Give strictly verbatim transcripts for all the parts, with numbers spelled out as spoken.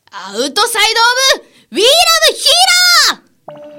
アウトサイドオブ We Love Hero!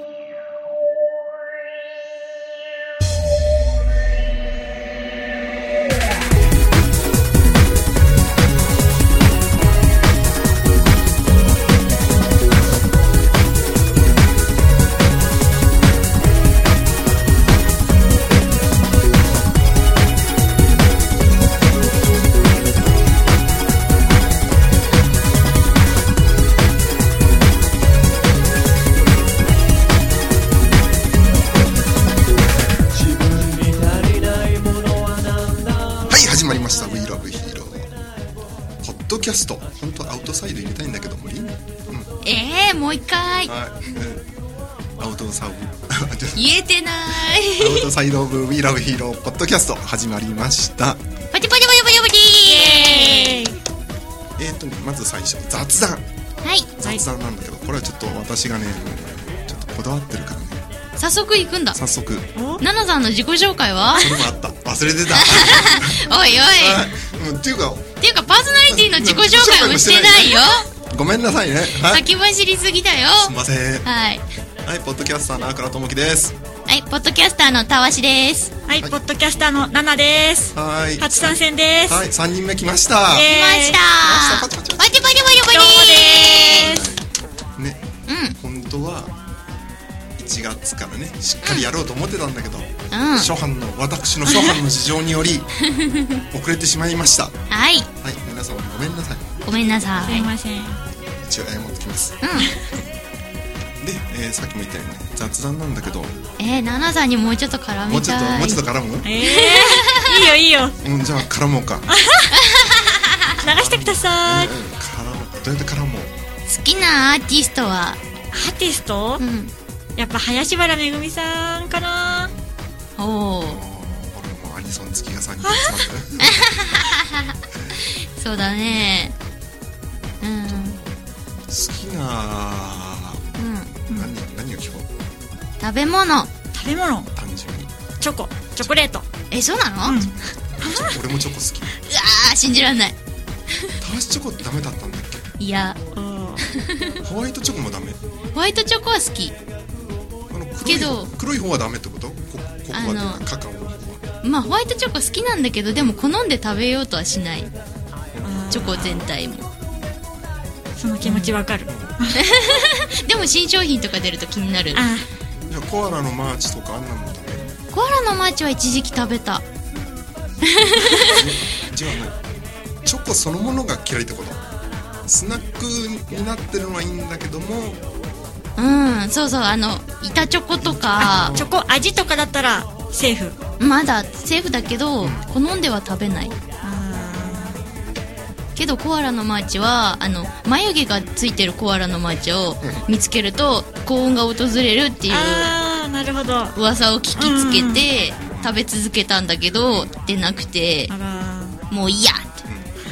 ポッドキャスト、本当はアウトサイド入れたいんだけど無理、うん、 えー、もう一回、 はい、うん、アウトサイド言えてないアウトサイドオブ We Love Hero ポッドキャスト始まりました。 パチパチパチパチパチイエーイ。 えーとね、まず最初雑談、 はい、 雑談なんだけど、これはちょっと私がねちょっとこだわってるからね、 早速行くんだ。 早速ナナさんの自己紹介は？ それもあった、忘れてたおいおい、 うん、っていうかっていうかパーソナリティの自己紹介もしてないよごめんなさいね、はい、 先走りすぎだよ。 すいません。 はい、 はい、ポッドキャスターのあくらともきです。 はい、ポッドキャスターのたわしです。 はい、はい、ポッドキャスターのナナです。 はい、 初参戦です。 はい、さんにんめ来ました。 来ました。パチパチパチパチパチパチね、うん、本当はいちがつからねしっかりやろうと思ってたんだけど、うん、初版の私の初版の事情により遅れてしまいました。はい、はい、皆様ごめんなさい。 ごめんなさい。 すいません。 一応謝ってきます。 うん。 で、えー、さっきも言ったようにね雑談なんだけど、 えー、ナナさんにもうちょっと絡みたい。 もうちょっともうちょっと絡む？ えー、いいよいいよ。 うん、じゃあ絡もうか。 流してください。 うん、絡もう。どうやって絡もう？ 好きなアーティストは？ アーティスト？うん。やっぱ林原めぐみさんかな。 おお。 俺もアニソン好きがさんにん集まってる。 そうだね。うん。 好きな、うん、何何を聞こう。 食べ物。 食べ物。 単純に。 チョコ。チョコレート。 え、そうなの？うん、 俺もチョコ好き。 うわー、信じらんない。 たわしチョコってダメだったんだっけ？ いや。 ホワイトチョコもダメ？ ホワイトチョコは好き。 けど黒い方はダメってこと？コココアというかカカオの方は。 まあホワイトチョコ好きなんだけど、でも好んで食べようとはしない。チョコ全体も。 その気持ちわかる。 でも新商品とか出ると気になる。 あじゃあコアラのマーチとかあんなのもダメ？ コアラのマーチは一時期食べた。 違うね。チョコそのものが嫌いってこと？スナックになってるのはいいんだけども。 うん、そうそう、あの板チョコとかチョコ味とかだったらセーフ。 まだセーフだけど、うん、好んでは食べない。けどコアラのマーチはあの眉毛がついてるコアラのマーチを見つけると幸運が訪れるっていう噂を聞きつけて食べ続けたんだけど出なくて、もう嫌って。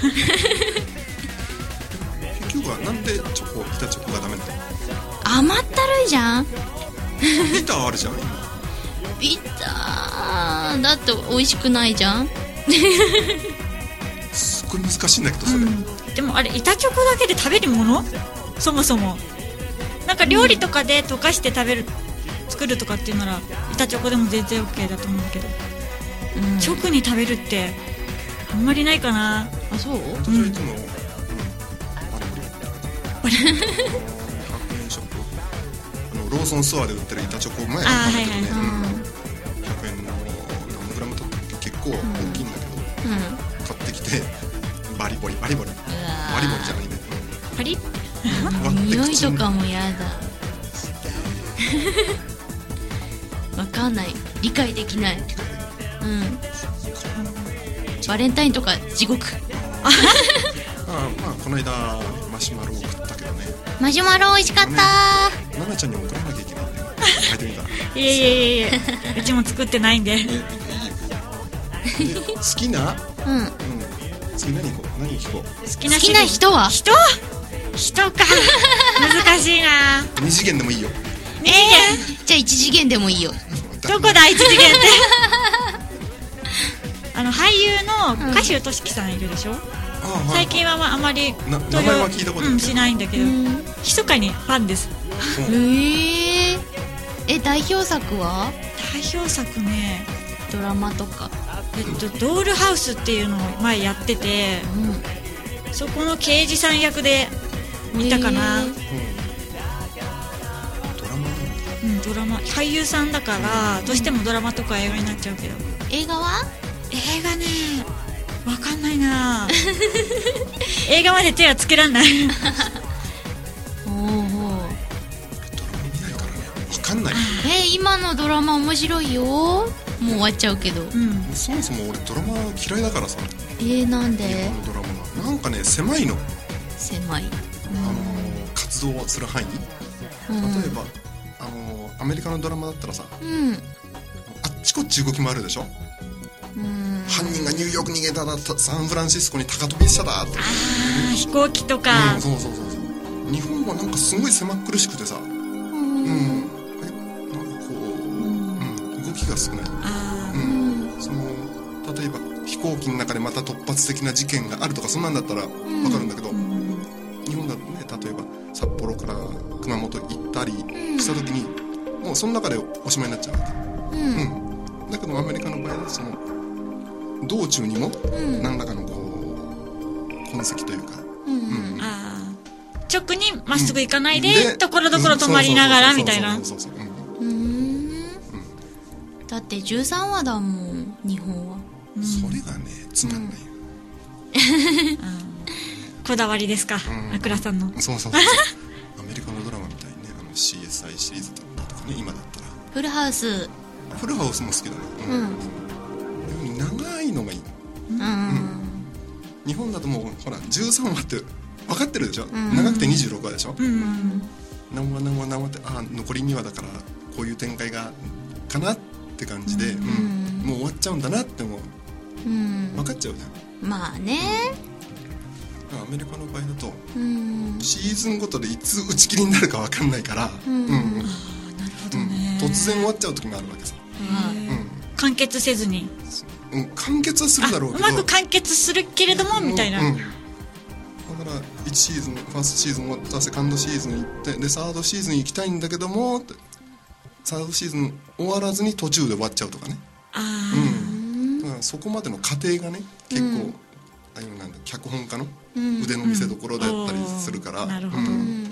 結局はなんでチョコ板チョコがダメだったの？ 甘ったるいじゃん。 ビターあるじゃん今。 ビターだって美味しくないじゃん。 すっごい難しいんだけどそれ、うん、 でもあれ板チョコだけで食べるもの？そもそもなんか料理とかで溶かして食べる、うん、作るとかっていうなら板チョコでも全然 OK だと思うんだけど、うん、直に食べるってあんまりないかな。 あ、そう？ 私はいつも、うんうん、バリバリローソンストアで売ってる板チョコ前あったんだけどね、はいはいはい、うん、ひゃくえんの何グラム取ったっけ？結構大きいんだけど、うん、買ってきてバリボリバリボリバリボリじゃないね、 パリッ、 うん、匂いとかもやだ。わかんない、理解できない。うん、バレンタインとか地獄。 ああ、まあこの間マシュマロを食ったけどね。 マシュマロ美味しかったー。 ナナちゃんに送らなきゃいけないんだよ。書いてみたら。 いやいやいやいや、うちも作ってないんで。 好きな？ うん。うん。 好きな何こう何聞こう。 好きな好きな人は？ 人？人か。難しいな。 二次元でもいいよ。 ええー、じゃあ一次元でもいいよ。 どこだ一次元って。あの俳優の歌手としきさんいるでしょ。 最近はあまり名前は聞いたことない、 うん、しないんだけど、密かにファンです。 へえ。え、代表作は？ 代表作ね、 ドラマとか、 えっと、ドールハウスっていうのを前やってて、うん、そこの刑事さん役で見たかな。うん、ドラマ、俳優さんだからどうしてもドラマとか映画になっちゃうけど。 映画は？ 映画ね、わかんないな映画まで手はつけらんないおお。ドラマ見ないからね、わかんない。 えー、今のドラマ面白いよ。もう終わっちゃうけど、うん、 そもそも俺ドラマ嫌いだからさ。 えー、なんで？ 日本のドラマなんかね、狭いの。 狭い、うん、 あのー、活動する範囲、うん、例えばあのー、アメリカのドラマだったらさ、うん、あっちこっち動き回るでしょ。犯人がニューヨーク逃げただ、サンフランシスコに高飛びしただって、 あ飛行機とか、 うん、そうそうそうそう。日本はなんかすごい狭苦しくてさ、うん、うん、なんかこう、うん、動きが少ない。あ、うん、その例えば飛行機の中でまた突発的な事件があるとかそんなんだったら分かるんだけど、うん、日本だとね、例えば札幌から熊本行ったりした時に、うん、もうその中でおしまいになっちゃうわけ、うんうん、だけどアメリカの場合はその道中にも何らかのこう痕跡というか、うんうん、あ直にまっすぐ行かないで、ところどころ止まりながらみたいな。 だってじゅうさんわだもん日本は、 うん、それがねつまんない、 うん、こだわりですか、うん、あくらさんの。 そうそうそうアメリカのドラマみたいにね、あの シーエスアイ シリーズとかね、今だったらフルハウスフルハウスも好きだね、うんうん長いのがいい、うんうん、日本だともうほらじゅうさんわって分かってるでしょ、うん、長くてにじゅうろくわでしょ、うん、何話何話何話って、あ残りにわだからこういう展開がかなって感じで、うんうん、もう終わっちゃうんだなってもう、うん、分かっちゃうじゃん。まあね、 アメリカの場合だと、うん、シーズンごとでいつ打ち切りになるか分かんないから、うんうん、あなるほどね、 うん、突然終わっちゃう時もあるわけさ、うん、 完結せずに、 うん、完結はするだろうけどうまく完結するけれどもみたいな、うんうん、だからいちシーズンファーストシーズン終わったセカンドシーズン行ってでサードシーズン行きたいんだけどもってサードシーズン終わらずに途中で終わっちゃうとかね、あ、うん、だからそこまでの過程がね結構、うん、ああいうなんだ脚本家の腕の見せ所だったりするから、うん、なるほど、うん、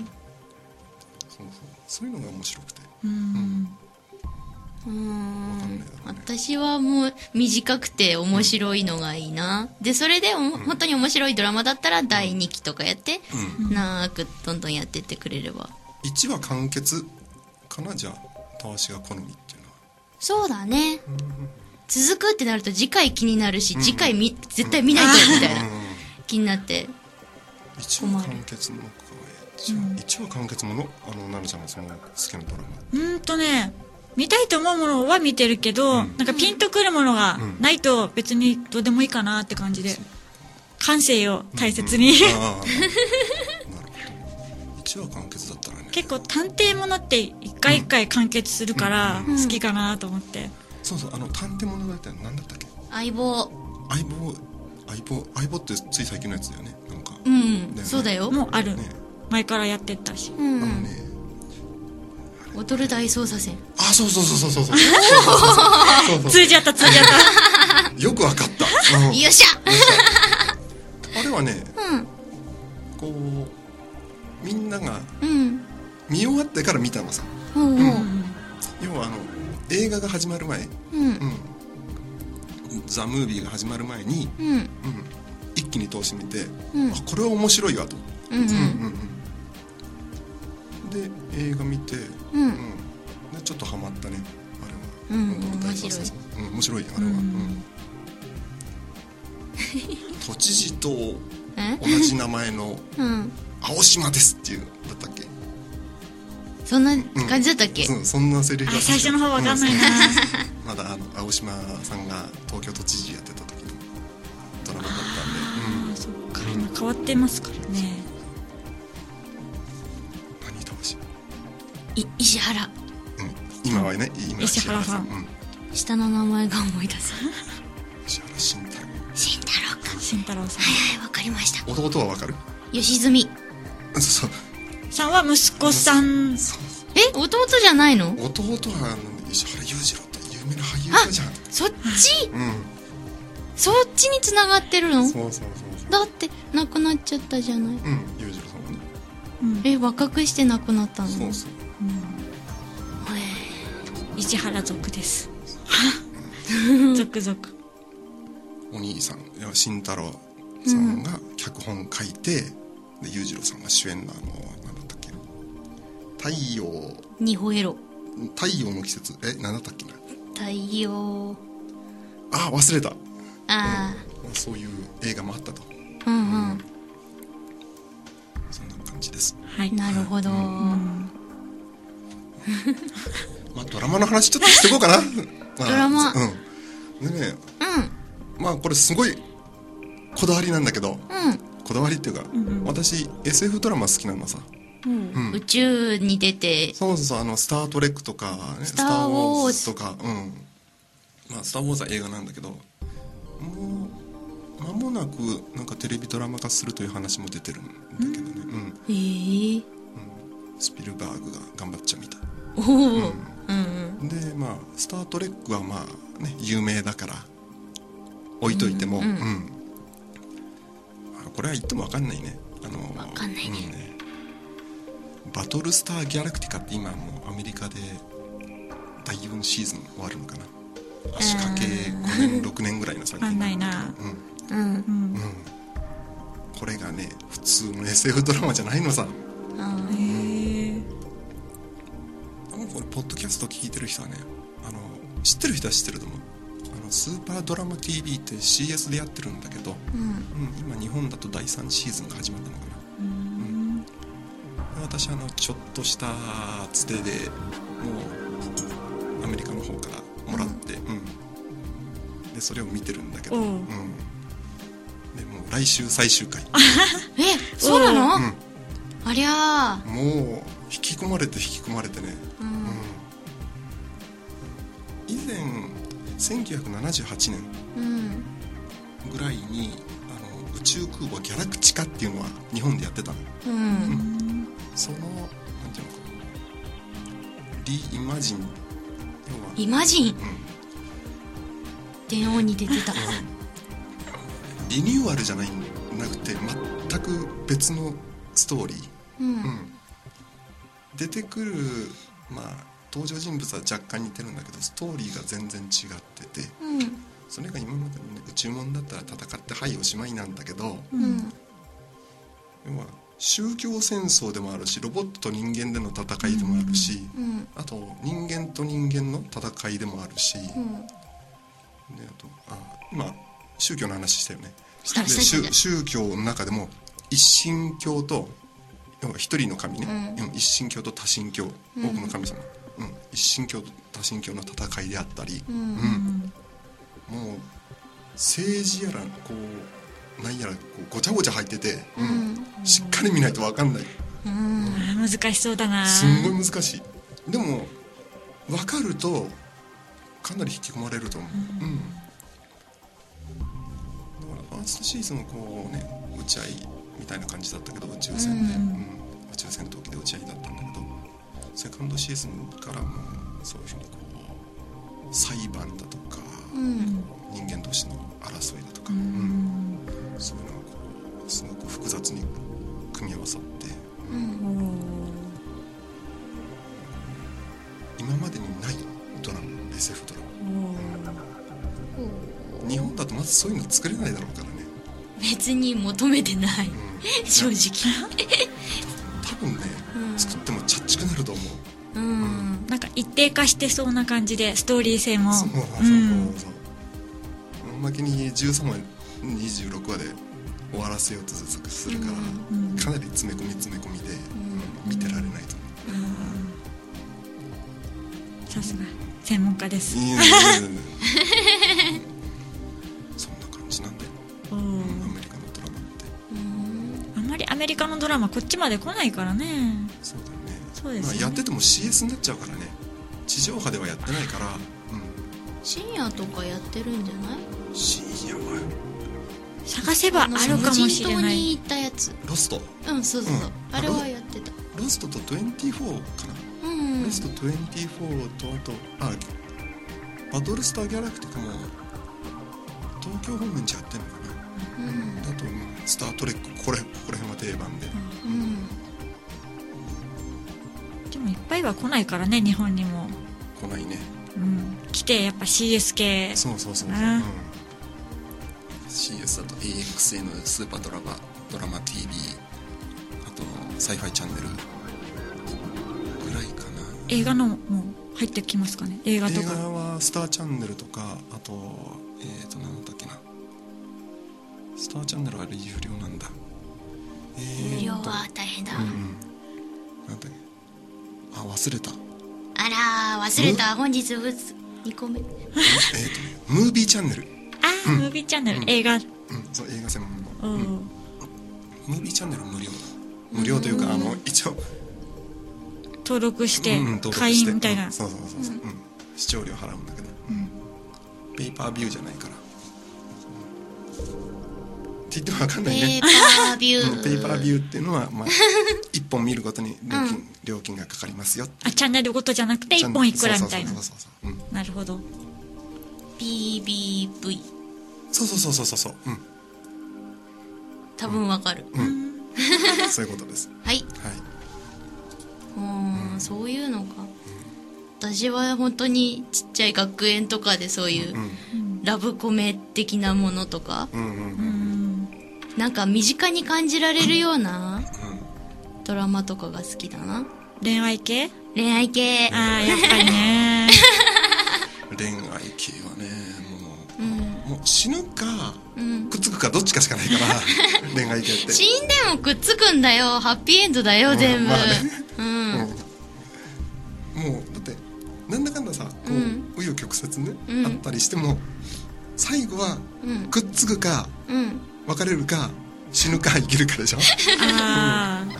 そうそう、そういうのが面白くて、うんうんうーん、私はもう短くて面白いのがいいな。でそれで、うん、本当に面白いドラマだったらだいにきとかやって、うん、長くどんどんやってってくれれば。 いちわ完結かな、じゃあたわしが好みっていうのは。 そうだね、うん、続くってなると次回気になるし、うん、次回み絶対見ないとみたいな、うん、気になっていちわ完結のいちわ完結もの、あの奈々ちゃんがその好きなドラマ。 うんとね見たいと思うものは見てるけど、うん、なんかピンとくるものがないと別にどうでもいいかなって感じで、感性を大切に、うんうん、なるほど。 いちわ完結だったらね、 結構探偵ものって一回一回完結するから好きかなと思って、うんうんうん、 そうそう、あの探偵物語って何だったっけ。 相棒相棒相棒相棒ってつい最近のやつだよね、なんか、 うん、ね、そうだよ、 もうある、ね、前からやってったし、うん、あのね踊る大捜査線。 あ、そうそうそうそうそうそう通じ合った通じ合ったよくわかった、 うん、よっしゃあれはね、うん、こうみんなが見終わってから見たのさ、うんうん、要はあの映画が始まる前、うんうん、ザ・ムービーが始まる前に、うんうん、一気に通してみて、うん、あこれは面白いわと、うんうんうんうん、で映画見て、うんうん、でちょっとハマったねあれは、うん、面白い、うん、面白いあれは、うんうん、都知事と同じ名前の青島ですっていうだったっけ、 そんな感じだったっけ、 うん、そんなセリフが最初の方わかんないなまだあの青島さんが東京都知事やってた時のドラマだったんで、うん、 そっか、今変わってますからね。 何倒しい石原、うん、 今はね今石原さん、うん、 下の名前が思い出せ石原慎太郎慎太郎か慎太郎さん、 はいはい、わかりりました。 弟はわかる？ 吉住そうさんは息子さん。 え、弟じゃないの？ 弟はあの石原裕次郎って有名な俳優じゃん。 そっち、 うん、 そっちに繋がってるの？ そうそうそうそう。 だって亡くなっちゃったじゃない。うん、 裕次郎さんはね、 うん、え、若くして亡くなったの？ そうそう、うん、 石原族です族族お兄さん慎太郎さんが脚本書いて、うん、で裕次郎さんが主演のあの何だったっけ、太陽にほえろ、 太陽の季節、え、何だったっけな、 太陽、 あ、忘れた。 あ、 うん、そういう映画もあったと。 うんうん、うん、 そんな感じです。 はい、なるほど、うん、 まあドラマの話ちょっとしていこうかなまあ、 ドラマ、 うん、でね、 うん、 まあこれすごいこだわりなんだけど、うん、こだわりっていうか、うん、私 エスエフ ドラマ好きなのさ、 うんうん、宇宙に出て、 そうそうそう、あのスタートレックとか、ね、 スター・ウォーズとか、うん、まあスター・ウォーズは映画なんだけど、もう間もなくなんかテレビドラマ化するという話も出てるんだけどね、うん、 えー、うん、 スピルバーグが頑張っちゃうみたい。 おお、うんうん、 でまあスタートレックはまあね有名だから置いといても、うんうんうん、これは言っても分かんないね、あの分かんないね、 うん、ね、バトルスター・ギャラクティカって今もうアメリカでだいよんシーズン終わるのかな、仕掛けごねんろくねんぐらいの作品なんだけど、うんうんうんうん、これがね普通の エスエフ ドラマじゃないのさ。 あ、へえ、 これポッドキャスト聞いてる人はね、あの知ってる人は知ってると思う。あのスーパードラマ ティービー って シーエス でやってるんだけど、うんうん、今日本だとだいさんシーズンが始まったのかな、うん、私あのちょっとしたつてでもうアメリカの方からもらって、うんうん、でそれを見てるんだけど、うん、でもう来週最終回え、そうなの、うん、ありゃー、 もう引き込まれて引き込まれてね、うんうん、以前せんきゅうひゃくななじゅうはちねんぐらいに、あの宇宙空母ギャラクチカっていうのは日本でやってたの、うんうん、そのなんていうのか、リイマジン、 イマジン、うん、電王に出てた、うん、 リニューアルじゃないなくて全く別のストーリー、うんうん、出てくる、まあ登場人物は若干似てるんだけどストーリーが全然違ってて、うん、それが今までの、ね、宇宙もんだったら戦ってはいおしまいなんだけど、うん、要は宗教戦争でもあるしロボットと人間での戦いでもあるし、うん、あと人間と人間の戦いでもあるし、うん、であとあ今宗教の話したよね。で宗教の中でも一神教と要は一人の神ね、うん、一神教と多神教、多くの神様、うん、一神教と多神教の戦いであったり、うんうん、もう政治やらこう何やらこうごちゃごちゃ入ってて、うんうん、しっかり見ないと分かんない、 うん、難しそうだな。 すんごい難しい。でも分かるとかなり引き込まれると思う、うんうん、だからファーストシーズンこうね打ち合いみたいな感じだったけど宇宙船で、うんうん、宇宙戦闘機で打ち合いだったんだけどセカンドシーズンからもそういうふうにこう裁判だとか、うん、人間同士の争いだとか、うんうん、そういうのがこうすごく複雑に組み合わさって、うん、今までにないドラマ エスエフ ドラマ、うん、日本だとまずそういうの作れないだろうからね。 別に求めてない、うん、正直多分ね、うん、作ってもチャッチくなると思う、うんうん、なんか一定化してそうな感じでストーリー性もそうそうそうそう、うん、おまけにじゅうさんわにじゅうろくわで終わらせようとするから、うん、かなり詰め込み詰め込みで、うん、見てられないと思う、 うん、さすが専門家です。いやいやいやいやそんな感じなんだよ、 うん、アメリカのドラマって、うん、あんまりアメリカのドラマこっちまで来ないからね。 そうだね。 そうですね、 まあ、やってても シーエス になっちゃうからね。地上波ではやってないから、うん、 深夜とかやってるんじゃない？ 深夜は探せばあるかもしれない。無人島に行ったやつ、 ロスト。 うんそうそう、うん、あれはやってた。 ロストとにじゅうよんかな、うん、ロストにじゅうよんとあとあバトルスターギャラクティカも東京方面じゃやってんのかな、うん、だとスタートレックこれここら辺は定番で、うんうん、 でもいっぱいは来ないからね、日本にも来ないね、 うん、来てやっぱ シーエス 系、 そうそうそうそう、うん、シーエス だと エーエックスエヌ スーパードラマドラマ ティービー、 あとサイファイチャンネルぐらいかな。 映画のも入ってきますかね、映画とか。 映画はスターチャンネルとか、あとえっ、ー、と何だっけな、スターチャンネルは有料なんだ、 えー、有料は大変だ、うんうん、 なんだっけ、あ忘れた、 あら忘れた、本日にこめえっ、 ー、とムービーチャンネル、 あ、うん、ムービーチャンネル、うん、映画、うん、 そう映画専門の、うん、ムービーチャンネル無料だ、無料というか、あの一応登録して会員みたいな、 そうそうそうそう、うん、視聴料払うんだけど、うん、ペーパービューじゃないからって言っても分かんないね、 ペーパービュー、 ペーパービューっていうのは、まあ、いっぽん見るごとに料金、うん、料金がかかりますよ。 あ、チャンネルごとじゃなくていっぽんいくらみたいな。なるほど。 ピービーブイ、 そうそうそうそうそう、うん、 多分わかる、 うん、うん、そういうことです。 はい、はい、うん、そういうのか、うん、私は本当にちっちゃい学園とかでそういう、うん、ラブコメ的なものとか、うんうんうん、なんか身近に感じられるようなドラマとかが好きだな。 恋愛系恋愛系、 ああやっぱりね恋愛系はね、もう、うん、もう死ぬか、うん、くっつくかどっちかしかないから恋愛系って死んでもくっつくんだよ、ハッピーエンドだよ、うん、全部、まあね、うん、 うん、もうだってなんだかんださ、こう紆余、うん、曲折ね、うん、あったりしても最後はくっつくか、うん、別れるか死ぬか生きるかでしょあ、 うん、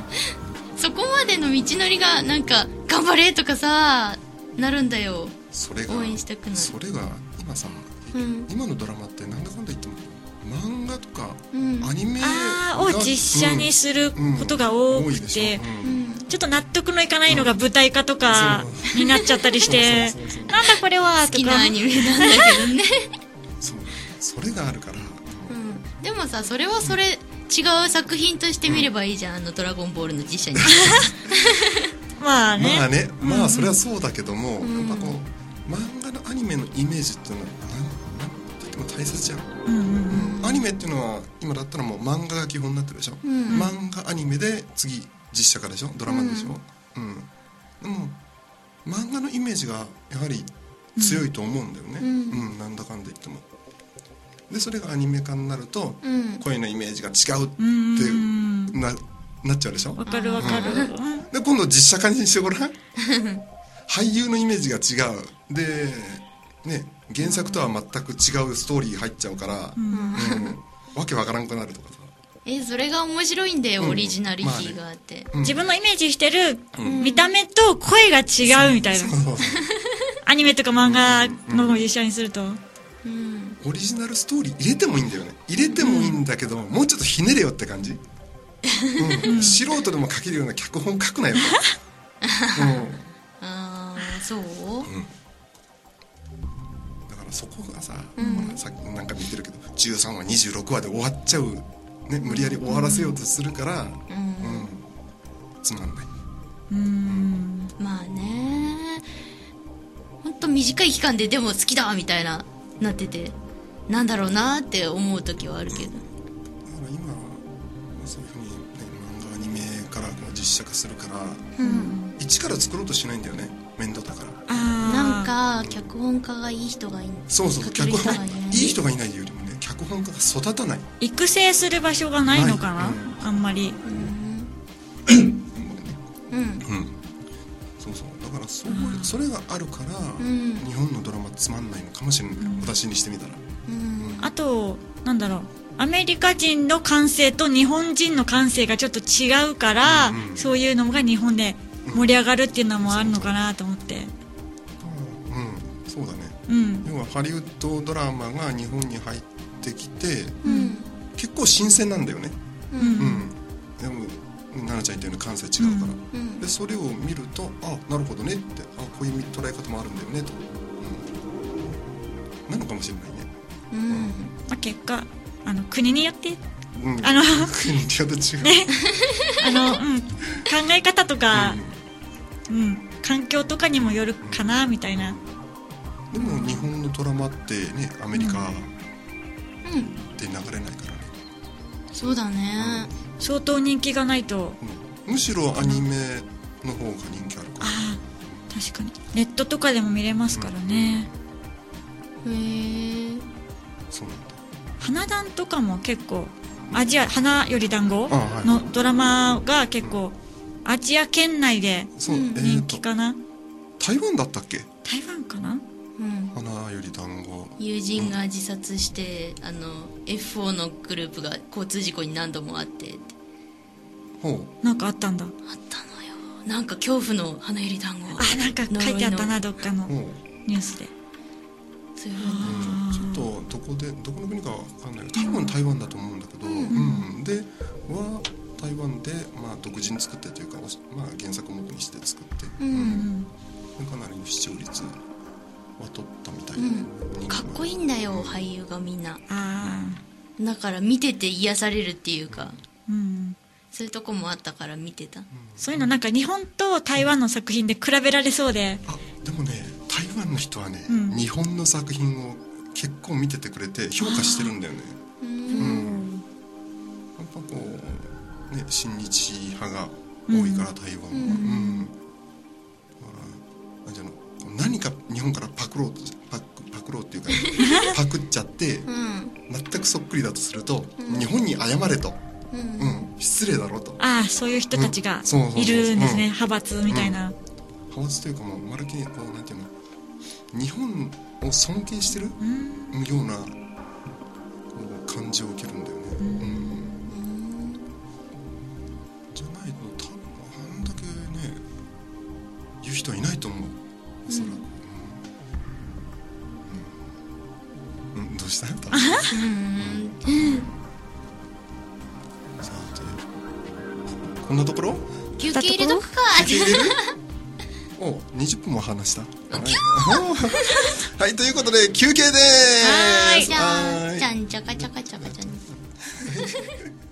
そこまでの道のりがなんか頑張れとかさなるんだよ。 それが応援したくなる。 それが今さ、うん、今のドラマってなんだかんだ言っても漫画とか、うん、アニメを実写にすることが多くて、ちょっと納得のいかないのが舞台化とかになっちゃったりしてなんだこれはとか、 好きなアニメなんだけどねそう、それがあるから、 うん、でもさそれはそれ、違う作品として見ればいいじゃん、うん、あのドラゴンボールの実写にまあねまあね、まあそれはそうだけども、うん、やっぱこう漫画のアニメのイメージっていうのは何て言っても大切じゃん、うんうんうん、アニメっていうのは今だったらもう漫画が基本になってるでしょ、うんうん、漫画アニメで次実写化でしょ、ドラマでしょ、うんうん、でも漫画のイメージがやはり強いと思うんだよね、うんうん、なんだかんだ言っても。でそれがアニメ化になると、うん、声のイメージが違うってな、なっちゃうでしょ。 わかるわかる、うん、 で今度実写化にしてごらん俳優のイメージが違うで、ね、原作とは全く違うストーリー入っちゃうから、うんうん、わけわからんくなるとかさ。 えそれが面白いんだよ、うん、オリジナリティがあって、 まあね、うん、自分のイメージしてる見た目と声が違うみたいな、うん、アニメとか漫画の実写にすると、 うん、オリジナルストーリー入れてもいいんだよね。入れてもいいんだけど、うん、もうちょっとひねれよって感じ、うん、素人でも書けるような脚本書くなよ、うん、 ああそう、うん、 だからそこがさ、うん、さっきなんか見てるけどじゅうさんわにじゅうろくわで終わっちゃう、ね、無理やり終わらせようとするから、うんうん、つまんない、 うん、まあねほんと短い期間ででも好きだみたいななっててなんだろうなって思う時はあるけど、うん、だから今そういうふうに、ね、漫画アニメからこう実写化するから、うん、一から作ろうとしないんだよね、面倒だから。 あなんか脚本家がいい人がいい、 そうそう、脚本いい人がいないよりもね脚本家が育たない、 育成する場所がないのかな、うん、あんまり、 うん、うん、うん、そうそう、だからそう、うん、それがあるから、うん、日本のドラマつまんないのかもしれない、うん、私にしてみたら、うん、 あとなんだろう、アメリカ人の感性と日本人の感性がちょっと違うから、うんうん、そういうのが日本で盛り上がるっていうのもあるのかなと思って、 うん、うん、そうだね、うん、要はハリウッドドラマが日本に入ってきて、うん、 結構新鮮なんだよね。うん、うん、でも奈々ちゃん言ったように関西違うから、うん、でそれを見るとあなるほどねって、あこういう捉え方もあるんだよねと、うん、なのかもしれないね。 うんうんまあ、結果あの国によって、 うん、あの国によって違う、ねあのうん、考え方とか、うんうん、環境とかにもよるかなみたいな。 でも日本のドラマってねアメリカで流れないからね、 うん、そうだね、 うん、相当人気がないと、 うん、むしろアニメの方が人気あるから。 あ確かにネットとかでも見れますからね、 うん、へえそうなんだ。 花壇とかも結構アジア花より団子のドラマが結構アジア圏内で人気かな、 えー、台湾だったっけ。 台湾かな、 うん、 花より団子友人が自殺して、うん、あの エフオー のグループが交通事故に何度もあってって。 ほうなんかあったんだ。あったのよ。なんか恐怖の花より団子。 あなんか書いてあったなどっかのニュースで。 そういうふうにちょっとどこでどこの国かわかんないけど多分台湾だと思うんだけど、うんうん、では台湾で、まあ、独自に作ってというか、まあ、原作を元にして作って、うんうん、かなりの視聴率は取ったみたいで、ねうん、かっこいいんだよ、うん、俳優がみんな。あだから見てて癒されるっていうか、うん、そういうとこもあったから見てた、うん、 そういうのなんか日本と台湾の作品で比べられそうで、 あでもね台湾の人はね、うん、日本の作品を結構見ててくれて評価してるんだよね。うん、うん、やっぱこうね親日派が多いから、台湾は、うんうん、だからなんていうの何か日本からパクろうとパク、パクろうっていうか、ね、パクっちゃって、うん、全くそっくりだとすると、うん、日本に謝れと、うんうん、失礼だろうと。 ああそういう人たちがいるんですね、派閥みたいな、 うん、派閥というかもうまるっきりこうなんていうの日本を尊敬してる、うん、ようなこう感じを受けるんだよね、うんうん、じゃないと多分あんだけね言う人はいないと思う、おそらく、うんうんうん、どうしたよ多分うんさてこんなところ休憩入れとくか。 休憩入れるおにじゅっぷんも話した。はい、はい、ということで休憩でーす。 はい、じゃあ、じゃんちゃかちゃかちゃかちゃん。